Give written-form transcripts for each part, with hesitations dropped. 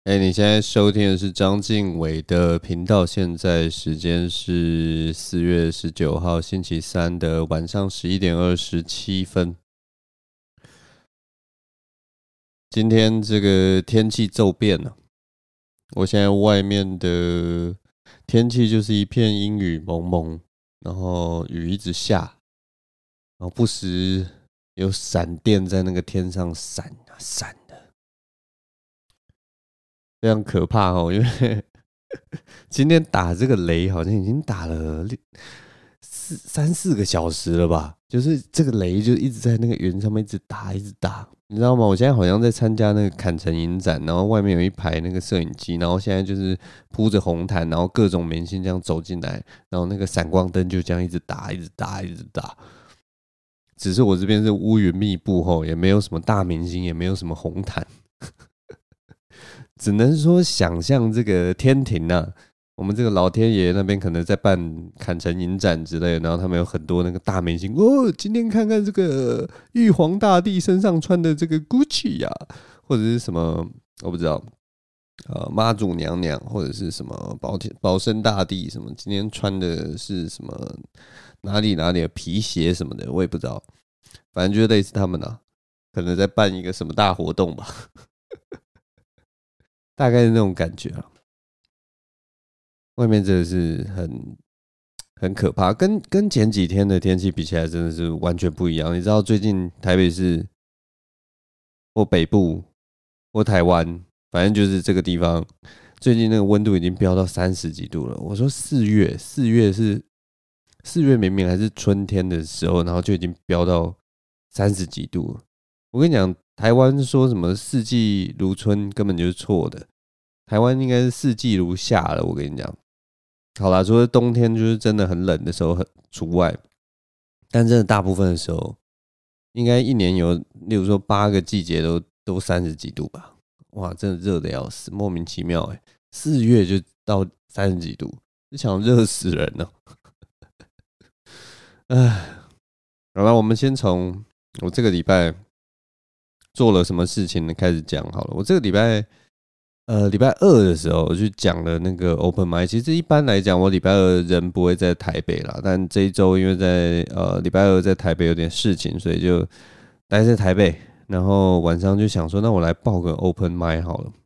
你现在收听的是张敬伟的频道，现在时间是4月19号星期三的晚上11点27分。今天这个天气骤变了，我现在外面的天气就是一片阴雨蒙蒙，然后雨一直下，然后不时有闪电在那个天上闪啊闪的，非常可怕哦。因为今天打这个雷好像已经打了3-4个小时了吧，就是这个雷就一直在那个云上面一直打一直打，你知道吗？我现在好像在参加那个坎城影展，然后外面有一排那个摄影机，然后现在就是铺着红毯，然后各种明星这样走进来，然后那个闪光灯就这样一直打一直打一直打。只是我这边是乌云密布吼，也没有什么大明星，也没有什么红毯，只能说想象这个天庭啊，我们这个老天爷那边可能在办坎城影展之类的，然后他们有很多那个大明星哦，今天看看这个玉皇大帝身上穿的这个 Gucci 呀、或者是什么我不知道，妈祖娘娘或者是什么保生大帝什么，今天穿的是什么哪里的皮鞋什么的，我也不知道，反正就是类似他们啊，可能在办一个什么大活动吧，大概是那种感觉啊。外面真的是很可怕，跟前几天的天气比起来，真的是完全不一样。你知道最近台北市或北部或台湾，反正就是这个地方，最近那个温度已经飙到30几度了。我说四月明明还是春天的时候，然后就已经飙到30几度了。我跟你讲，台湾说什么四季如春根本就是错的，台湾应该是四季如夏了。我跟你讲。好啦，除了冬天就是真的很冷的时候除外，但真的大部分的时候，应该一年有，例如说8个季节都30几度吧。哇，真的热的要死，莫名其妙哎，4月就到30几度，就想热死人了。唉，好了，我们先从我这个礼拜做了什么事情开始讲好了。我这个礼拜。礼拜2的时候我去讲了那个 Open Mic。其实一般来讲，我礼拜2人不会在台北啦，但这一周因为在礼拜2在台北有点事情，所以就待在台北。然后晚上就想说，那我来报个 Open Mic 好了。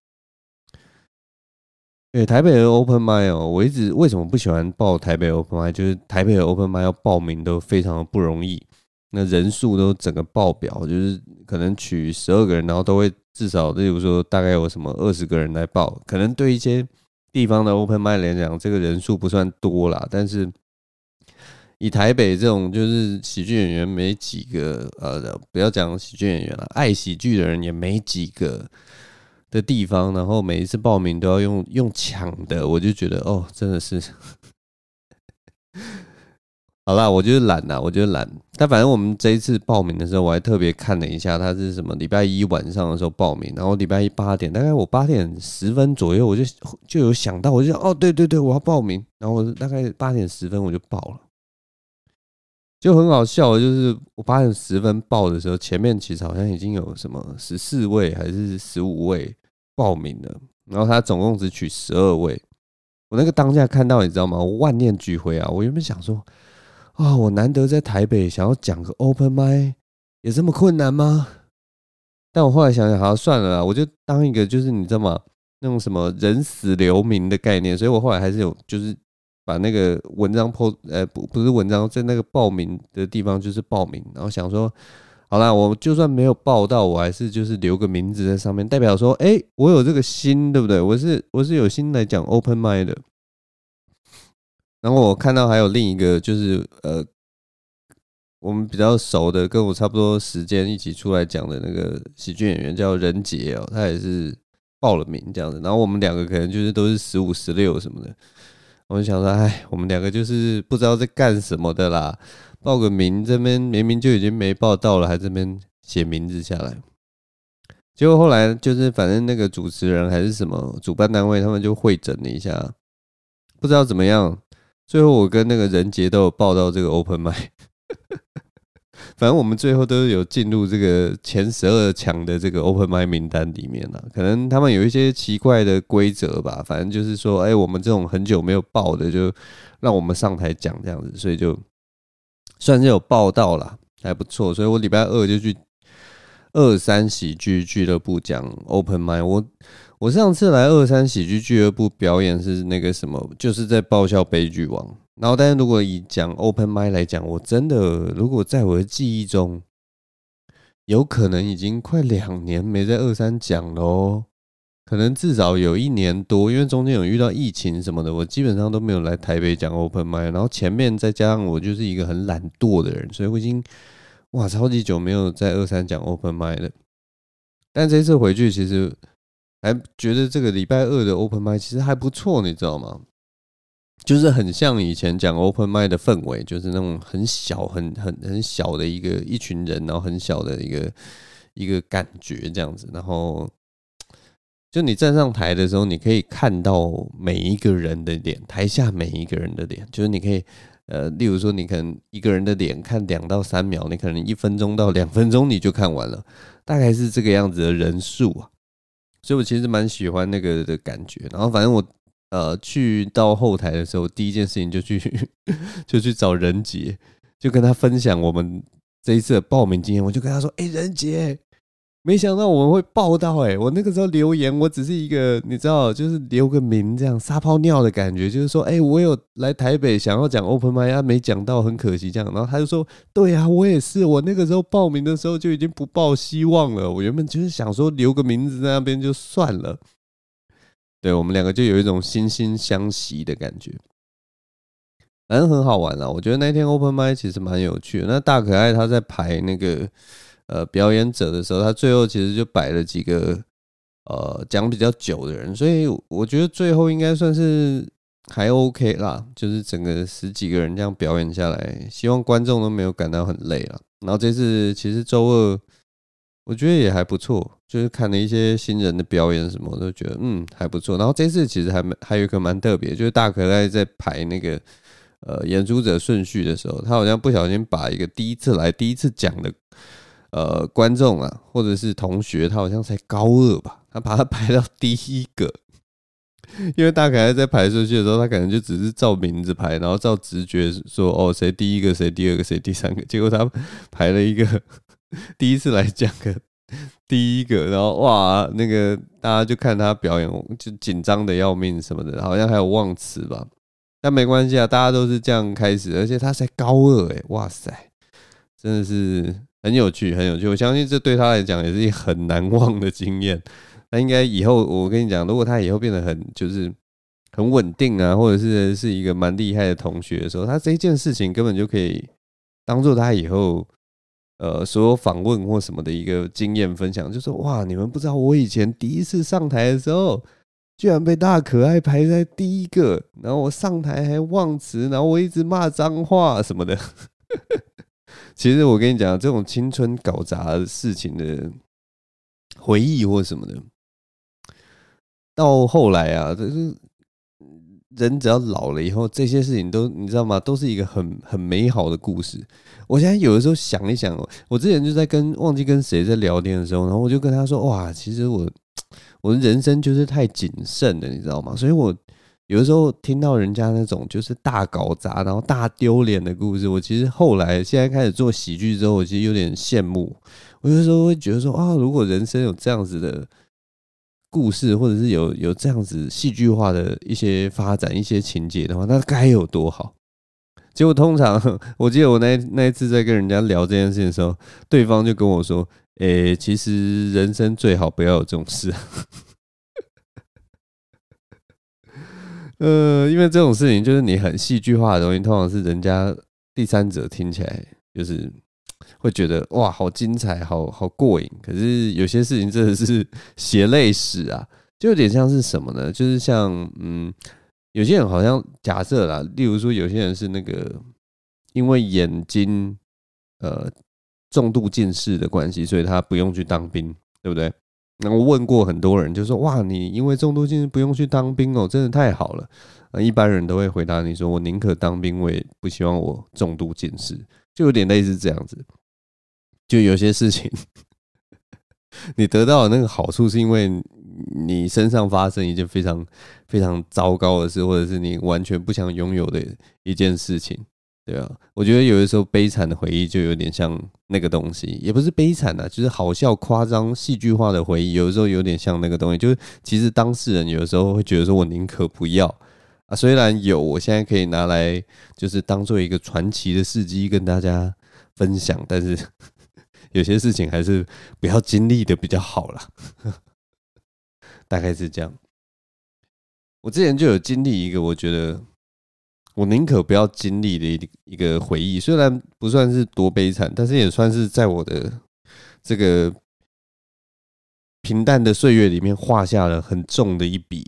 台北的 Open Mic 哦，我一直为什么不喜欢报台北 Open Mic？就是台北的 Open Mic 要报名都非常的不容易，那人数都整个爆表，就是可能取12个人，然后都会。至少，例如说，大概有什么20个人来报，可能对一些地方的 Open Mic 来讲，这个人数不算多啦。但是以台北这种就是喜剧演员没几个，不要讲喜剧演员啦，爱喜剧的人也没几个的地方，然后每一次报名都要用抢的，我就觉得哦，真的是。好啦，我就是懒啦，我就是懒。但反正我们这一次报名的时候，我还特别看了一下，它是什么礼拜1晚上的时候报名，然后礼拜1 8点，大概我8点10分左右，我就有想到，我就想哦，对，我要报名，然后我大概8点10分我就报了，就很好笑的，就是我8点10分报的时候，前面其实好像已经有什么14位还是15位报名了，然后他总共只取12位，我那个当下看到你知道吗？我万念俱灰啊！我原本想说。我难得在台北想要讲个 Open Mic， 也这么困难吗？但我后来想想，好算了啦，我就当一个就是你知道吗？那种什么人死留名的概念，所以我后来还是有就是把那个文章不是文章，在那个报名的地方就是报名，然后想说，好啦，我就算没有报到，我还是就是留个名字在上面，代表说，我有这个心，对不对？我是有心来讲 Open Mic 的。然后我看到还有另一个就是我们比较熟的，跟我差不多时间一起出来讲的那个喜剧演员叫任杰哦，他也是报了名这样子。然后我们两个可能就是都是15、16什么的。我就想说，我们两个就是不知道在干什么的啦，报个名这边明明就已经没报到了，还这边写名字下来。结果后来就是反正那个主持人还是什么主办单位，他们就会诊了一下，不知道怎么样。最后我跟那个任杰都有报到这个 Open Mic， 反正我们最后都有进入这个前12强的这个 Open Mic 名单里面了。可能他们有一些奇怪的规则吧，反正就是说，我们这种很久没有报的，就让我们上台讲这样子，所以就算是有报到啦，还不错。所以我礼拜二就去23喜剧俱乐部讲 Open Mic。我上次来23喜剧俱乐部表演是那个什么，就是在爆笑悲剧王。然后，但是如果以讲 Open Mic 来讲，我真的如果在我的记忆中，有可能已经快2年没在23讲了哦，可能至少有1年多，因为中间有遇到疫情什么的，我基本上都没有来台北讲 Open Mic。然后前面再加上我就是一个很懒惰的人，所以我已经超级久没有在23讲 Open Mic 了。但这次回去其实还觉得这个礼拜二的 Open Mic 其实还不错，你知道吗？就是很像以前讲 Open Mic 的氛围，就是那种很小、很小的一群人，然后很小的一个感觉这样子。然后就你站上台的时候，你可以看到每一个人的脸，台下每一个人的脸，就是你可以例如说你可能一个人的脸看2到3秒，你可能1分钟到2分钟你就看完了，大概是这个样子的人数啊。所以我其实蛮喜欢那个的感觉。然后反正我去到后台的时候，第一件事情就去找仁杰，就跟他分享我们这一次的报名经验。我就跟他说：“仁杰，没想到我们会报到我那个时候留言，我只是一个你知道，就是留个名这样撒泡尿的感觉，就是说，我有来台北想要讲 Open Mic，没讲到，很可惜这样。然后他就说，对啊，我也是，我那个时候报名的时候就已经不抱希望了。我原本就是想说留个名字在那边就算了。对，我们2个就有一种惺惺相惜的感觉，反正很好玩啦。我觉得那天 Open Mic 其实蛮有趣的。那大可爱他在排那个表演者的时候，他最后其实就摆了几个讲比较久的人，所以我觉得最后应该算是还 OK 啦，就是整个10几个人这样表演下来，希望观众都没有感到很累啦。然后这次其实周二我觉得也还不错，就是看了一些新人的表演什么，我都觉得还不错。然后这次其实还有一个蛮特别，就是大可爱在排那个演出者顺序的时候，他好像不小心把一个第一次讲的观众啊，或者是同学，他好像才高2吧，他把他排到第1个。因为大可爱在排顺序的时候，他可能就只是照名字排，然后照直觉说谁第1个，谁第2个，谁第3个。结果他排了一个第一次来讲的第1个，然后哇，那个大家就看他表演，就紧张的要命什么的，好像还有忘词吧。但没关系啊，大家都是这样开始，而且他才高2哇塞，真的是很有趣，很有趣。我相信这对他来讲也是一个很难忘的经验。那应该以后我跟你讲，如果他以后变得就是很稳定啊，或者是一个蛮厉害的同学的时候，他这一件事情根本就可以当做他以后所有访问或什么的一个经验分享，就说哇，你们不知道我以前第一次上台的时候，居然被大可爱排在第1个，然后我上台还忘词，然后我一直骂脏话什么的。其实我跟你讲，这种青春搞砸的事情的回忆或什么的，到后来啊，就是人只要老了以后，这些事情都你知道吗？都是一个很美好的故事。我现在有的时候想一想，我之前就在忘记跟谁在聊天的时候，然后我就跟他说：“哇，其实我的人生就是太谨慎了，你知道吗？所以我有的时候听到人家那种就是大搞砸，然后大丢脸的故事，我其实后来现在开始做喜剧之后，我其实有点羡慕。我有的时候会觉得说啊，如果人生有这样子的故事，或者是有这样子戏剧化的一些发展、一些情节的话，那该有多好！结果通常，我记得我那一次在跟人家聊这件事情的时候，对方就跟我说：“其实人生最好不要有这种事。”因为这种事情就是你很戏剧化的东西，通常是人家第三者听起来就是会觉得哇，好精彩，好过瘾。可是有些事情真的是血泪史啊，就有点像是什么呢？就是像有些人好像假设啦，例如说有些人是那个因为眼睛重度近视的关系，所以他不用去当兵，对不对？那我问过很多人，就说哇，你因为重度近视不用去当兵哦，真的太好了。一般人都会回答你说，我宁可当兵，我也不希望我重度近视，就有点类似这样子。 就有些事情你得到的那个好处是因为你身上发生一件非常非常糟糕的事，或者是你完全不想拥有的一件事情。对啊，我觉得有的时候悲惨的回忆就有点像那个东西，也不是悲惨啊，就是好笑、夸张、戏剧化的回忆，有的时候有点像那个东西。就是其实当事人有的时候会觉得说，我宁可不要啊，虽然有，我现在可以拿来就是当做一个传奇的事迹跟大家分享，但是有些事情还是不要经历的比较好啦。大概是这样。我之前就有经历一个，我觉得我宁可不要经历的一个回忆，虽然不算是多悲惨，但是也算是在我的这个平淡的岁月里面画下了很重的一笔。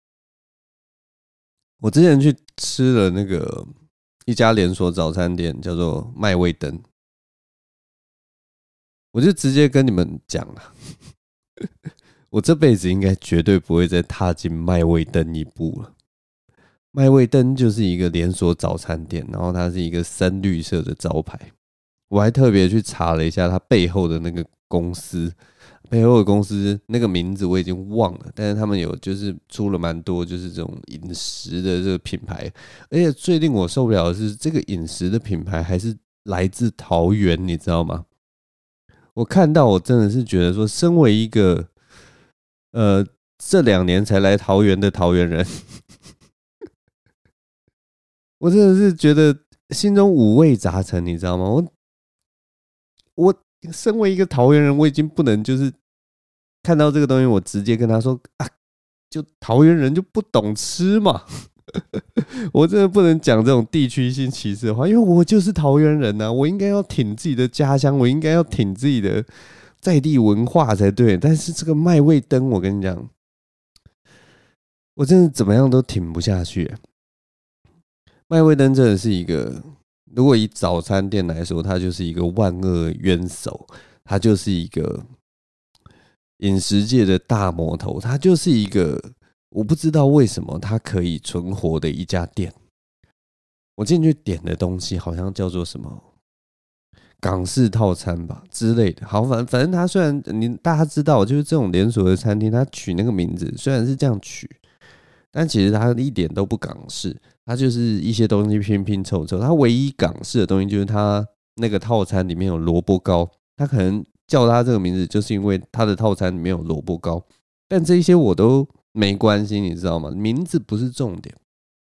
我之前去吃了那个一家连锁早餐店，叫做麦味登，我就直接跟你们讲了，我这辈子应该绝对不会再踏进麦味登一步了。麦味登就是一个连锁早餐店，然后它是一个深绿色的招牌。我还特别去查了一下它背后的那个公司，背后的公司那个名字我已经忘了，但是他们有就是出了蛮多就是这种饮食的这个品牌，而且最令我受不了的是，这个饮食的品牌还是来自桃园，你知道吗？我看到我真的是觉得说，身为一个这2年才来桃园的桃园人。我真的是觉得心中五味杂陈，你知道吗？我身为一个桃园人，我已经不能就是看到这个东西，我直接跟他说啊，就桃园人就不懂吃嘛。我真的不能讲这种地区性歧视的话，因为我就是桃园人啊，我应该要挺自己的家乡，我应该要挺自己的在地文化才对。但是这个麦味登，我跟你讲，我真的怎么样都挺不下去。麦味登真的是一个，如果以早餐店来说，它就是一个万恶冤首，它就是一个饮食界的大魔头，它就是一个我不知道为什么它可以存活的一家店。我进去点的东西好像叫做什么港式套餐吧之类的。好，反正它虽然大家知道，就是这种连锁的餐厅，它取那个名字虽然是这样取，但其实它一点都不港式。它就是一些东西拼拼凑凑，它唯一港式的东西就是它那个套餐里面有萝卜糕，它可能叫它这个名字，就是因为它的套餐里面有萝卜糕，但这些我都没关系，你知道吗？名字不是重点，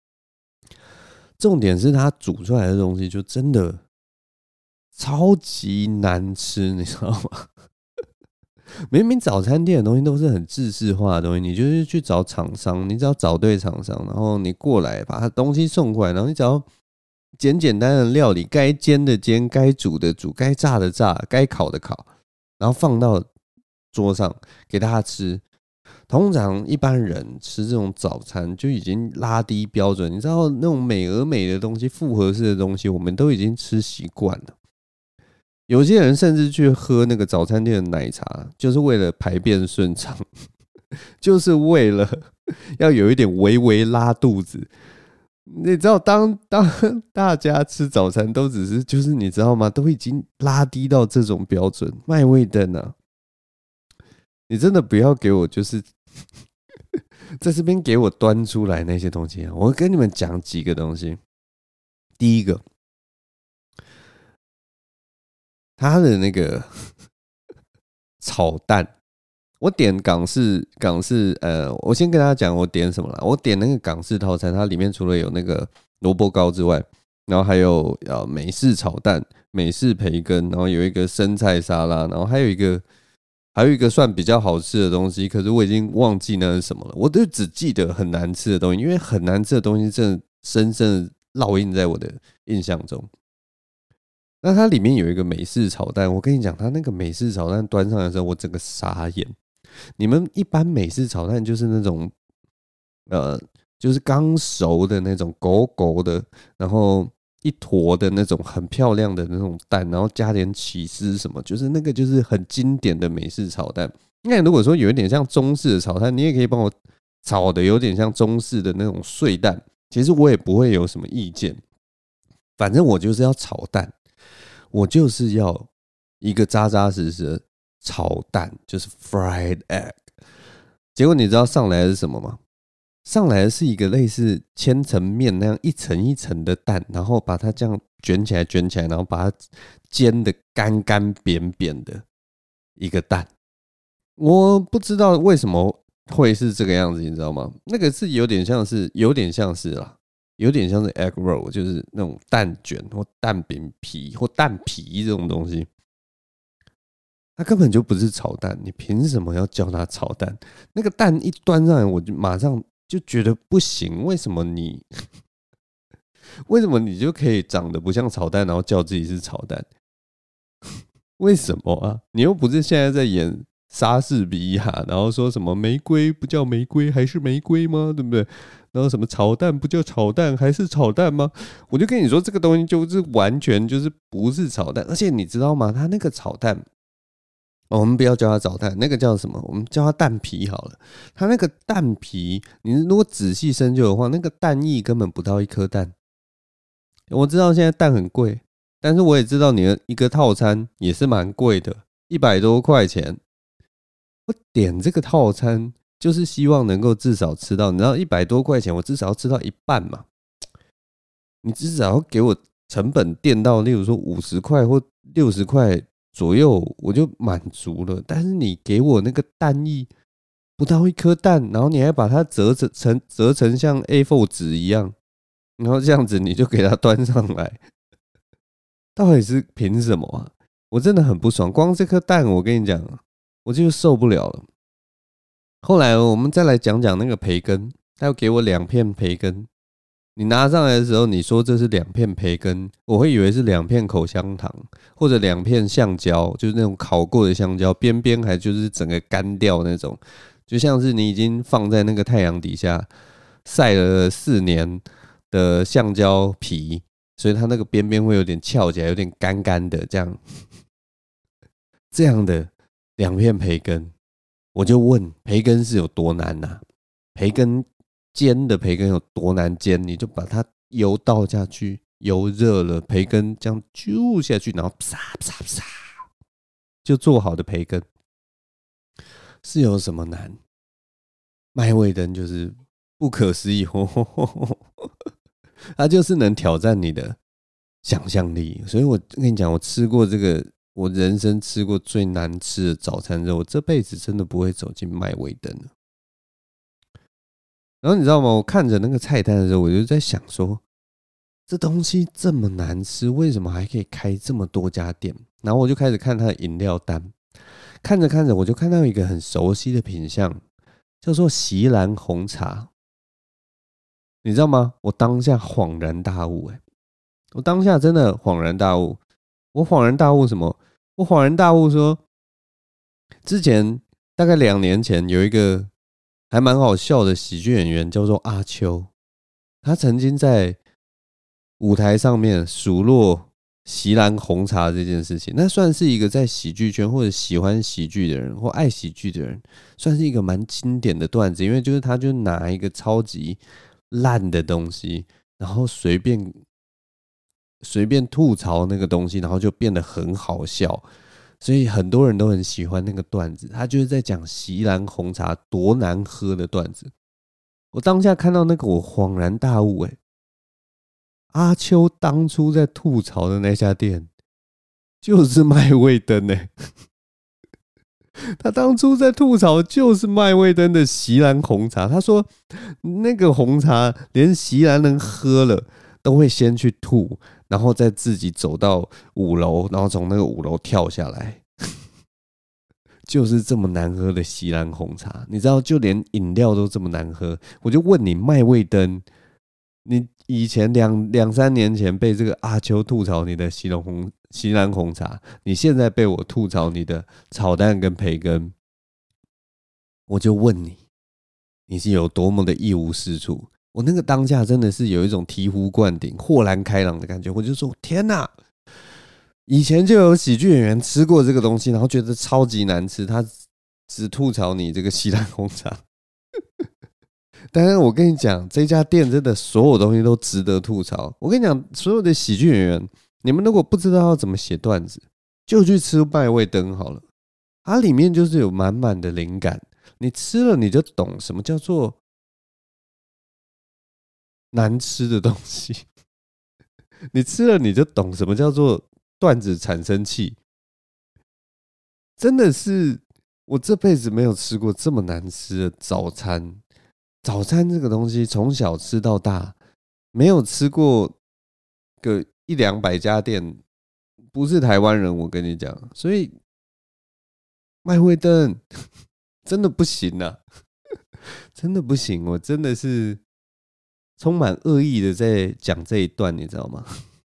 重点是它煮出来的东西就真的超级难吃，你知道吗？明明早餐店的东西都是很制式化的东西，你就是去找厂商，你只要找对厂商，然后你过来把它东西送过来，然后你只要简简单的料理，该煎的煎，该煮的煮，该炸的炸，该烤的烤，然后放到桌上给大家吃。通常一般人吃这种早餐就已经拉低标准，你知道那种美而美的东西、复合式的东西，我们都已经吃习惯了。有些人甚至去喝那个早餐店的奶茶，就是为了排便顺畅，就是为了要有一点微微拉肚子。你知道当大家吃早餐都只是就是你知道吗？都已经拉低到这种标准。麦味登啊，你真的不要给我就是在这边给我端出来那些东西啊！我跟你们讲几个东西。第一个，他的那个炒蛋，我点港式，我先跟大家讲我点什么啦。我点那个港式套餐，它里面除了有那个萝卜糕之外，然后还有美式炒蛋、美式培根，然后有一个生菜沙拉，然后还有一个算比较好吃的东西，可是我已经忘记那是什么了。我就只记得很难吃的东西，因为很难吃的东西真的深深的烙印在我的印象中。那它里面有一个美式炒蛋，我跟你讲，它那个美式炒蛋端上来的时候，我整个傻眼。你们一般美式炒蛋就是那种，就是刚熟的那种狗狗的，然后一坨的那种很漂亮的那种蛋，然后加点起司什么，就是那个就是很经典的美式炒蛋。那如果说有一点像中式的炒蛋，你也可以帮我炒的有点像中式的那种碎蛋，其实我也不会有什么意见。反正我就是要炒蛋。我就是要一个扎扎实实的炒蛋，就是 fried egg。结果你知道上来的是什么吗？上来的是一个类似千层面那样一层一层的蛋，然后把它这样卷起来，然后把它煎的干干扁扁的一个蛋。我不知道为什么会是这个样子，你知道吗？那个是有点像是啦，有点像是 egg roll， 就是那种蛋卷或蛋饼皮或蛋皮这种东西。它根本就不是炒蛋，你凭什么要叫它炒蛋？那个蛋一端上来，我就马上就觉得不行。为什么你就可以长得不像炒蛋，然后叫自己是炒蛋？为什么啊？你又不是现在在演莎士比亚，然后说什么玫瑰不叫玫瑰还是玫瑰吗？对不对？然后什么炒蛋不叫炒蛋还是炒蛋吗？我就跟你说，这个东西就是完全就是不是炒蛋，而且你知道吗？它那个炒蛋。我们不要叫它炒蛋，那个叫什么？我们叫它蛋皮好了。它那个蛋皮，你如果仔细深究的话，那个蛋液根本不到一颗蛋。我知道现在蛋很贵，但是我也知道你的一个套餐也是蛮贵的，100多块钱。我点这个套餐就是希望能够至少吃到，你知道100多块钱，我至少要吃到一半嘛。你至少要给我成本垫到，例如说50块或60块。左右我就满足了，但是你给我那个蛋液不到一颗蛋，然后你还把它折成像 A4 纸一样，然后这样子你就给它端上来，到底是凭什么啊？我真的很不爽，光这颗蛋我跟你讲，我就受不了了。后来我们再来讲讲那个培根，他要给我2片培根。你拿上来的时候，你说这是2片培根，我会以为是2片口香糖，或者2片橡胶，就是那种烤过的香蕉，边边还就是整个干掉那种，就像是你已经放在那个太阳底下晒了4年的橡胶皮，所以它那个边边会有点翘起来，有点干干的这样的2片培根，我就问培根是有多难啊？培根煎的培根有多难煎？你就把它油倒下去，油热了，培根这样揪下去，然后啪啪啪就做好的培根，是有什么难？麦味登就是不可思议，它就是能挑战你的想象力。所以我跟你讲，我吃过这个，我人生吃过最难吃的早餐肉，我这辈子真的不会走进麦味登了。然后你知道吗？我看着那个菜单的时候，我就在想说，这东西这么难吃，为什么还可以开这么多家店？然后我就开始看它的饮料单，看着看着，我就看到一个很熟悉的品项，叫做锡兰红茶。你知道吗？我当下恍然大悟，我当下真的恍然大悟。我恍然大悟什么？我恍然大悟说，之前大概2年前有一个还蛮好笑的喜剧演员叫做阿秋，他曾经在舞台上面数落锡兰红茶这件事情，那算是一个在喜剧圈或者喜欢喜剧的人或爱喜剧的人，算是一个蛮经典的段子，因为就是他就拿一个超级烂的东西，然后随便吐槽那个东西，然后就变得很好笑。所以很多人都很喜欢那个段子，他就是在讲锡兰红茶多难喝的段子。我当下看到那个，我恍然大悟，阿秋当初在吐槽的那家店就是麦味登他当初在吐槽就是麦味登的锡兰红茶。他说那个红茶连锡兰人喝了都会先去吐，然后再自己走到5楼，然后从那个5楼跳下来。就是这么难喝的锡兰红茶，你知道，就连饮料都这么难喝。我就问你，麦味登，你以前两3年前被这个阿秋吐槽你的锡兰红茶，你现在被我吐槽你的炒蛋跟培根，我就问你，你是有多么的一无是处？我那个当下真的是有一种醍醐灌顶、豁然开朗的感觉。我就说：天哪！以前就有喜剧演员吃过这个东西，然后觉得超级难吃，他只吐槽你这个锡兰红茶。但是我跟你讲，这家店真的所有东西都值得吐槽。我跟你讲，所有的喜剧演员，你们如果不知道要怎么写段子， 就去吃麦味登好了，它里面就是有满满的灵感，你吃了你就懂什么叫做难吃的东西，你吃了你就懂什么叫做段子产生器，真的是我这辈子没有吃过这么难吃的早餐。早餐这个东西从小吃到大，没有吃过个100-200家店，不是台湾人，我跟你讲，所以麦味登真的不行啊，真的不行，我真的是充满恶意的在讲这一段，你知道吗？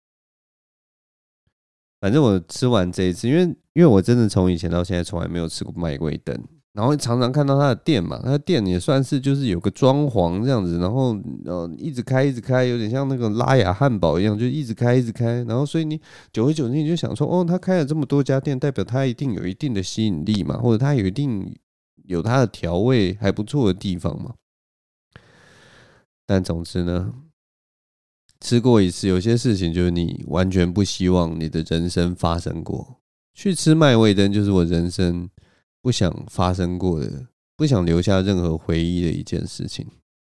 反正我吃完这一次，因为我真的从以前到现在从来没有吃过麦味登，然后常常看到他的店嘛，他的店也算是就是有个装潢这样子，然后一直开一直开，有点像那个拉雅汉堡一样，就一直开一直开，然后所以你久而久之你就想说，哦，他开了这么多家店，代表他一定有一定的吸引力嘛，或者他有他的调味还不错的地方嘛。但总之呢，吃过一次，有些事情就是你完全不希望你的人生发生过。去吃麦味登就是我人生不想发生过的，不想留下任何回忆的一件事情。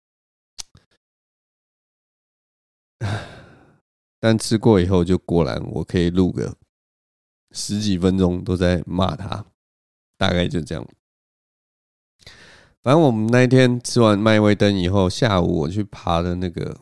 但吃过以后，就果然我可以录个10几分钟都在骂他，大概就这样。反正我们那一天吃完麦味登以后，下午我去爬的那个。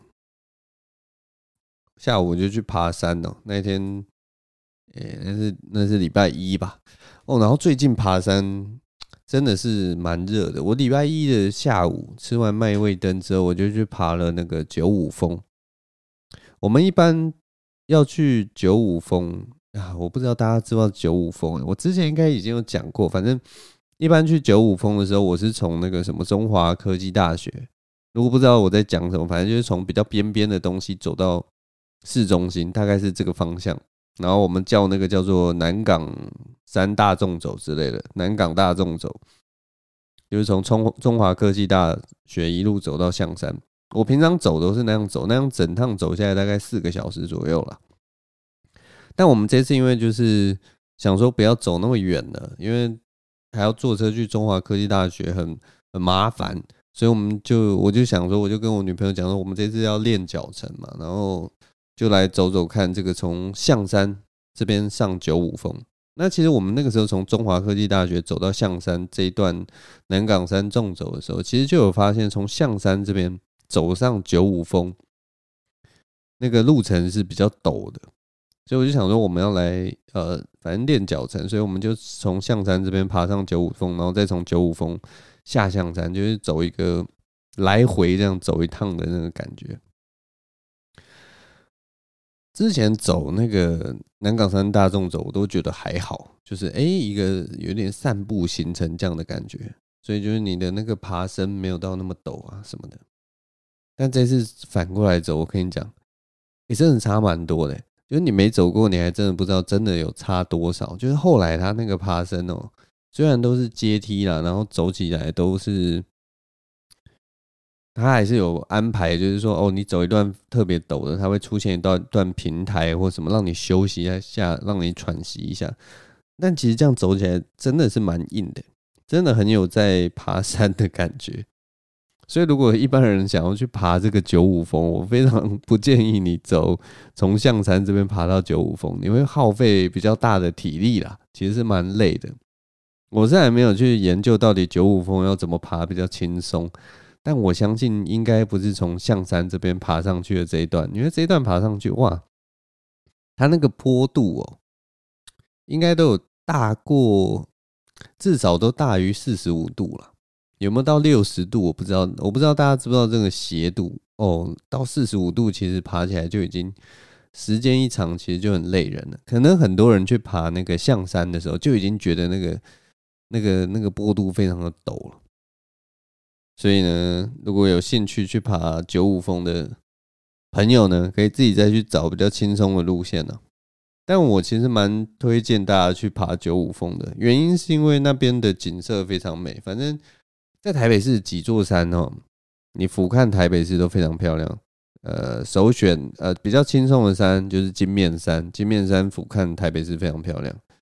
下午我就去爬山了，那天，那是礼拜一吧，然后最近爬山真的是蛮热的。我礼拜一的下午吃完麦味登之后，我就去爬了那个95峰。我们一般要去95峰啊，我不知道大家知不知道95峰，我之前应该已经有讲过。反正一般去95峰的时候，我是从那个什么中华科技大学，如果不知道我在讲什么，反正就是从比较边边的东西走到市中心，大概是这个方向。然后我们叫那个叫做南港山大纵走之类的，南港大纵走，就是从中华科技大学一路走到象山。我平常走都是那样走，那样整趟走下来大概4个小时左右啦。但我们这次因为就是想说不要走那么远了，因为还要坐车去中华科技大学很麻烦，所以我就想说，我就跟我女朋友讲说，我们这次要练脚程嘛，然后就来走走看这个从象山这边上95峰。那其实我们那个时候从中华科技大学走到象山这一段南港山纵走的时候，其实就有发现从象山这边走上95峰，那个路程是比较陡的，所以我就想说我们要来反正练脚程，所以我们就从象山这边爬上95峰，然后再从95峰下象山，就是走一个来回这样走一趟的那个感觉。之前走那个南港山大纵走，我都觉得还好，就是一个有点散步行程这样的感觉，所以就是你的那个爬升没有到那么陡啊什么的。但这次反过来走，我跟你讲，真的差蛮多的，就是你没走过，你还真的不知道真的有差多少。就是后来他那个爬升虽然都是阶梯啦，然后走起来都是。他还是有安排，就是说，你走一段特别陡的，它会出现一段平台或什么，让你休息一下，让你喘息一下。但其实这样走起来真的是蛮硬的，真的很有在爬山的感觉。所以如果一般人想要去爬这个95峰，我非常不建议你走从象山这边爬到95峰，你会耗费比较大的体力啦，其实是蛮累的。我是还没有去研究到底95峰要怎么爬比较轻松。但我相信应该不是从象山这边爬上去的这一段，因为这一段爬上去，哇，它那个坡度应该都有大过，至少都大于45度了。有没有到60度？我不知道大家知不知道这个斜度到45度，其实爬起来就已经时间一长，其实就很累人了。可能很多人去爬那个象山的时候，就已经觉得那个坡度非常的陡了。所以呢，如果有兴趣去爬95峰的朋友呢，可以自己再去找比较轻松的路线啊。但我其实蛮推荐大家去爬95峰的，原因是因为那边的景色非常美。反正在台北市几座山你俯瞰台北市都非常漂亮。首选比较轻松的山就是金面山，金面山俯瞰台北市非常漂亮。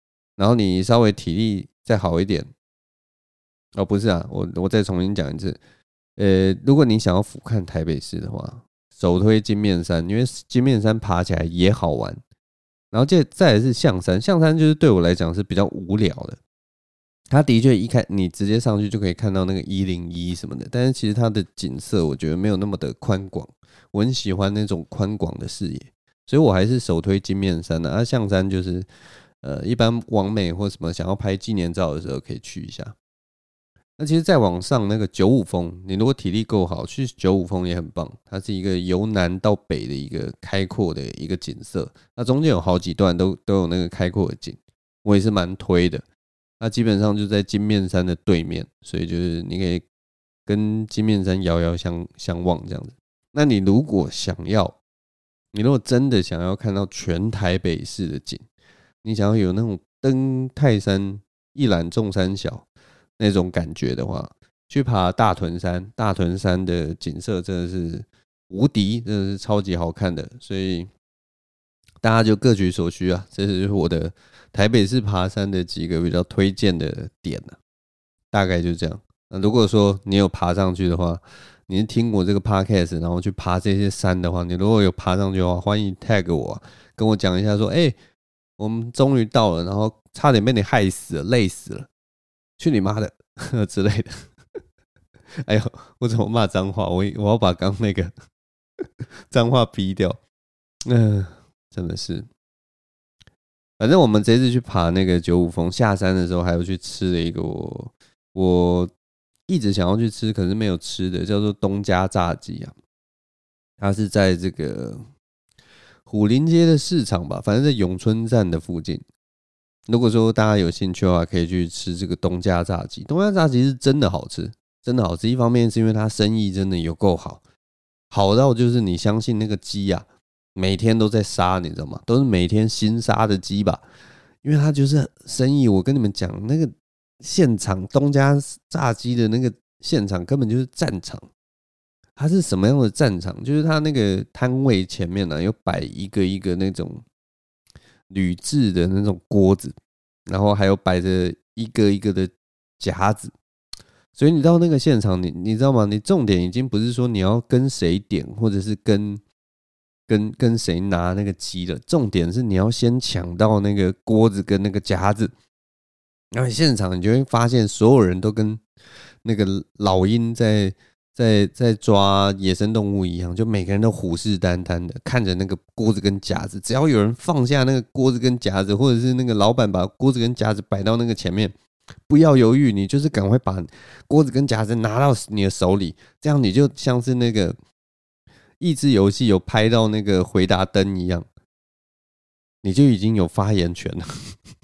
然后你稍微体力再好一点，哦，不是啊，我再重新讲一次，如果你想要俯瞰台北市的话，首推金面山，因为金面山爬起来也好玩。然后再来是象山，象山就是对我来讲是比较无聊的。它的确你直接上去就可以看到那个101什么的，但是其实它的景色我觉得没有那么的宽广，我很喜欢那种宽广的视野，所以我还是首推金面山的。象山就是一般网美或什么想要拍纪念照的时候可以去一下。那其实再往上那个95峰，你如果体力够好，去95峰也很棒。它是一个由南到北的一个开阔的一个景色，那中间有好几段都有那个开阔的景，我也是蛮推的。那基本上就在金面山的对面，所以就是你可以跟金面山遥遥相望这样子。那你如果真的想要看到全台北市的景，你想要有那种登泰山一览众山小那种感觉的话，去爬大屯山，大屯山的景色真的是无敌，真的是超级好看的，所以大家就各取所需啊。这是我的台北市爬山的几个比较推荐的点啊，大概就这样。那如果说你有爬上去的话，你是听我这个 podcast 然后去爬这些山的话，你如果有爬上去的话，欢迎 tag 我跟我讲一下说，我们终于到了，然后差点被你害死了，累死了，去你妈的之类的。哎呦，我怎么骂脏话？我要把刚那个脏话逼掉。真的是。反正我们这次去爬那个95峰，下山的时候还有去吃了一个我一直想要去吃，可是没有吃的，叫做东家炸鸡啊。它是在这个虎林街的市场吧，反正在永春站的附近。如果说大家有兴趣的话，可以去吃这个东家炸鸡。东家炸鸡是真的好吃，真的好吃。一方面是因为它生意真的有够好，好到就是你相信那个鸡啊，每天都在杀，你知道吗？都是每天新杀的鸡吧。因为它就是生意，我跟你们讲，那个现场东家炸鸡的那个现场根本就是战场。它是什么样的战场？就是它那个摊位前面呢，有摆一个一个那种铝制的那种锅子，然后还有摆着一个一个的夹子。所以你到那个现场，你知道吗？你重点已经不是说你要跟谁点，或者是跟谁拿那个鸡了，重点是你要先抢到那个锅子跟那个夹子。然后现场你就会发现，所有人都跟那个老鹰在抓野生动物一样，就每个人都虎视眈眈的看着那个锅子跟夹子。只要有人放下那个锅子跟夹子，或者是那个老板把锅子跟夹子摆到那个前面，不要犹豫，你就是赶快把锅子跟夹子拿到你的手里，这样你就像是那个益智游戏有拍到那个回答灯一样，你就已经有发言权了。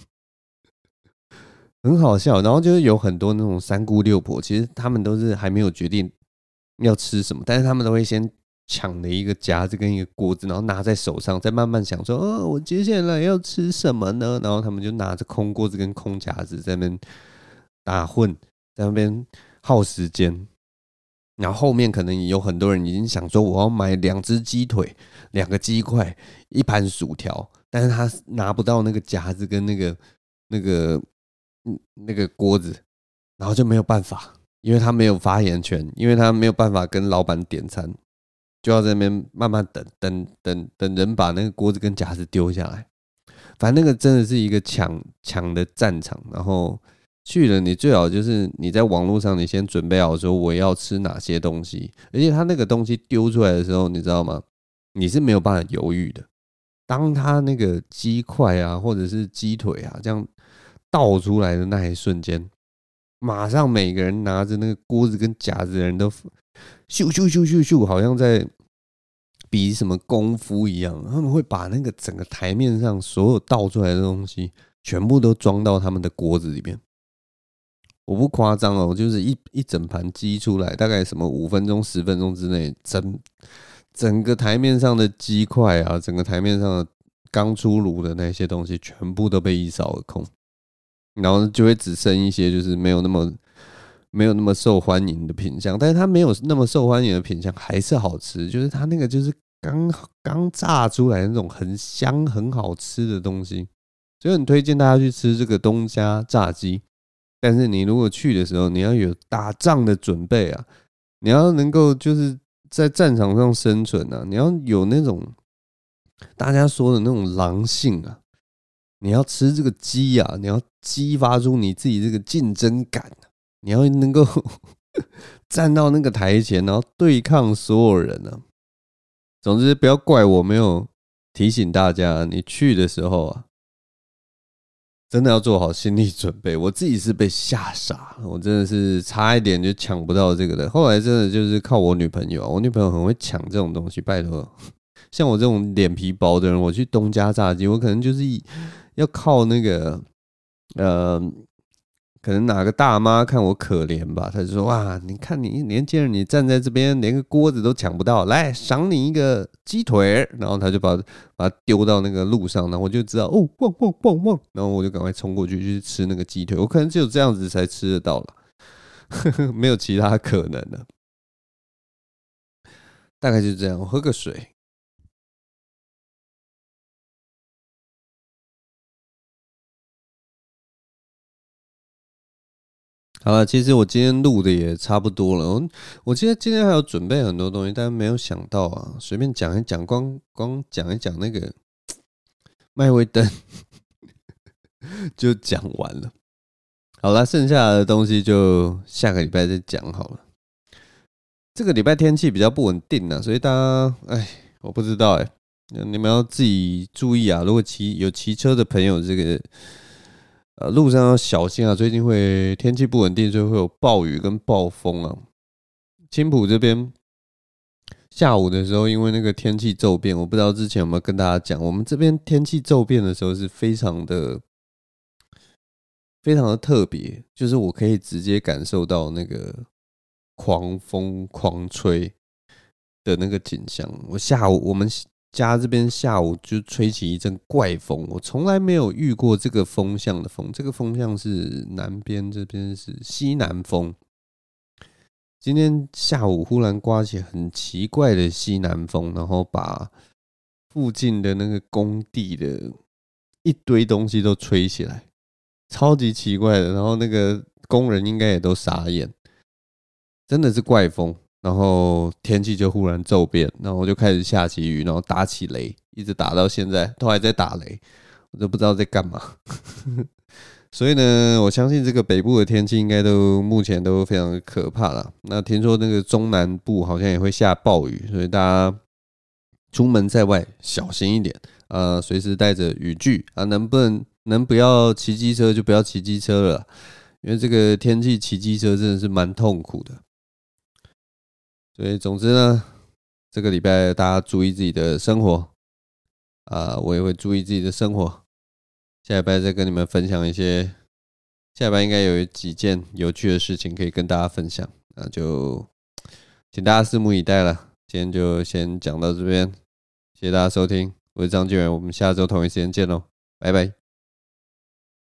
很好笑。然后就是有很多那种三姑六婆，其实他们都是还没有决定要吃什么，但是他们都会先抢了一个夹子跟一个锅子，然后拿在手上，再慢慢想说，我接下来要吃什么呢？然后他们就拿着空锅子跟空夹子在那边打混，在那边耗时间。然后后面可能有很多人已经想说，我要买2只鸡腿、2个鸡块、1盘薯条，但是他拿不到那个夹子跟那个锅子，然后就没有办法，因为他没有发言权，因为他没有办法跟老板点餐，就要在那边慢慢等人把那个锅子跟夹子丢下来。反正那个真的是一个抢的战场，然后去了你最好就是你在网络上你先准备好说我要吃哪些东西，而且他那个东西丢出来的时候，你知道吗？你是没有办法犹豫的。当他那个鸡块啊，或者是鸡腿啊，这样倒出来的那一瞬间，马上每个人拿着那个锅子跟夹子的人都咻咻咻咻咻，好像在比什么功夫一样。他们会把那个整个台面上所有倒出来的东西，全部都装到他们的锅子里面。我不夸张哦，就是一整盘鸡出来，大概什么5分钟、10分钟之内，整个台面上的鸡块啊，整个台面上的刚出炉的那些东西，全部都被一扫而空。然后就会只剩一些就是没有那么受欢迎的品项，但是它没有那么受欢迎的品项还是好吃，就是它那个就是刚炸出来的那种很香很好吃的东西， 所以很推荐大家去吃这个东家炸鸡。但是你如果去的时候，你要有打仗的准备啊，你要能够就是在战场上生存啊，你要有那种大家说的那种狼性啊，你要吃这个鸡啊，你要激发出你自己这个竞争感啊，你要能够站到那个台前，然后对抗所有人啊。总之，不要怪我没有提醒大家，你去的时候啊，真的要做好心理准备。我自己是被吓傻了，我真的是差一点就抢不到这个的。后来真的就是靠我女朋友啊，我女朋友很会抢这种东西，拜托。像我这种脸皮薄的人，我去东家炸鸡，我可能就是要靠那个可能哪个大妈看我可怜吧，她就说：哇，你看你年轻人，你站在这边连个锅子都抢不到，来赏你一个鸡腿，然后她就把它丢到那个路上，然后我就知道哦，汪汪汪汪，然后我就赶快冲过去去吃那个鸡腿，我可能只有这样子才吃得到了，没有其他可能了，大概就是这样。我喝个水。好了，其实我今天录的也差不多了。我其实今天还有准备很多东西，但没有想到啊，随便讲一讲，光讲一讲那个麦味登就讲完了。好了，剩下的东西就下个礼拜再讲好了。这个礼拜天气比较不稳定啊，所以大家，我不知道你们要自己注意啊。如果有骑车的朋友，这个路上要小心啊，最近会天气不稳定，所以会有暴雨跟暴风啊。青埔这边下午的时候，因为那个天气骤变，我不知道之前有没有跟大家讲，我们这边天气骤变的时候是非常的特别，就是我可以直接感受到那个狂风狂吹的那个景象。我们家这边下午就吹起一阵怪风，我从来没有遇过这个风向的风。这个风向是南边，这边是西南风。今天下午忽然刮起很奇怪的西南风，然后把附近的那个工地的一堆东西都吹起来，超级奇怪的。然后那个工人应该也都傻眼，真的是怪风。然后天气就忽然骤变，然后就开始下起雨，然后打起雷，一直打到现在都还在打雷，我都不知道在干嘛。所以呢，我相信这个北部的天气应该目前都非常的可怕啦。那听说那个中南部好像也会下暴雨，所以大家出门在外小心一点，随时带着雨具啊，能不要骑机车就不要骑机车了，因为这个天气骑机车真的是蛮痛苦的。所以总之呢，这个礼拜大家注意自己的生活我也会注意自己的生活。下礼拜再跟你们分享一些，下礼拜应该有几件有趣的事情可以跟大家分享，那就请大家拭目以待了。今天就先讲到这边，谢谢大家收听，我是张俊元，我们下周同一时间见喽，拜拜。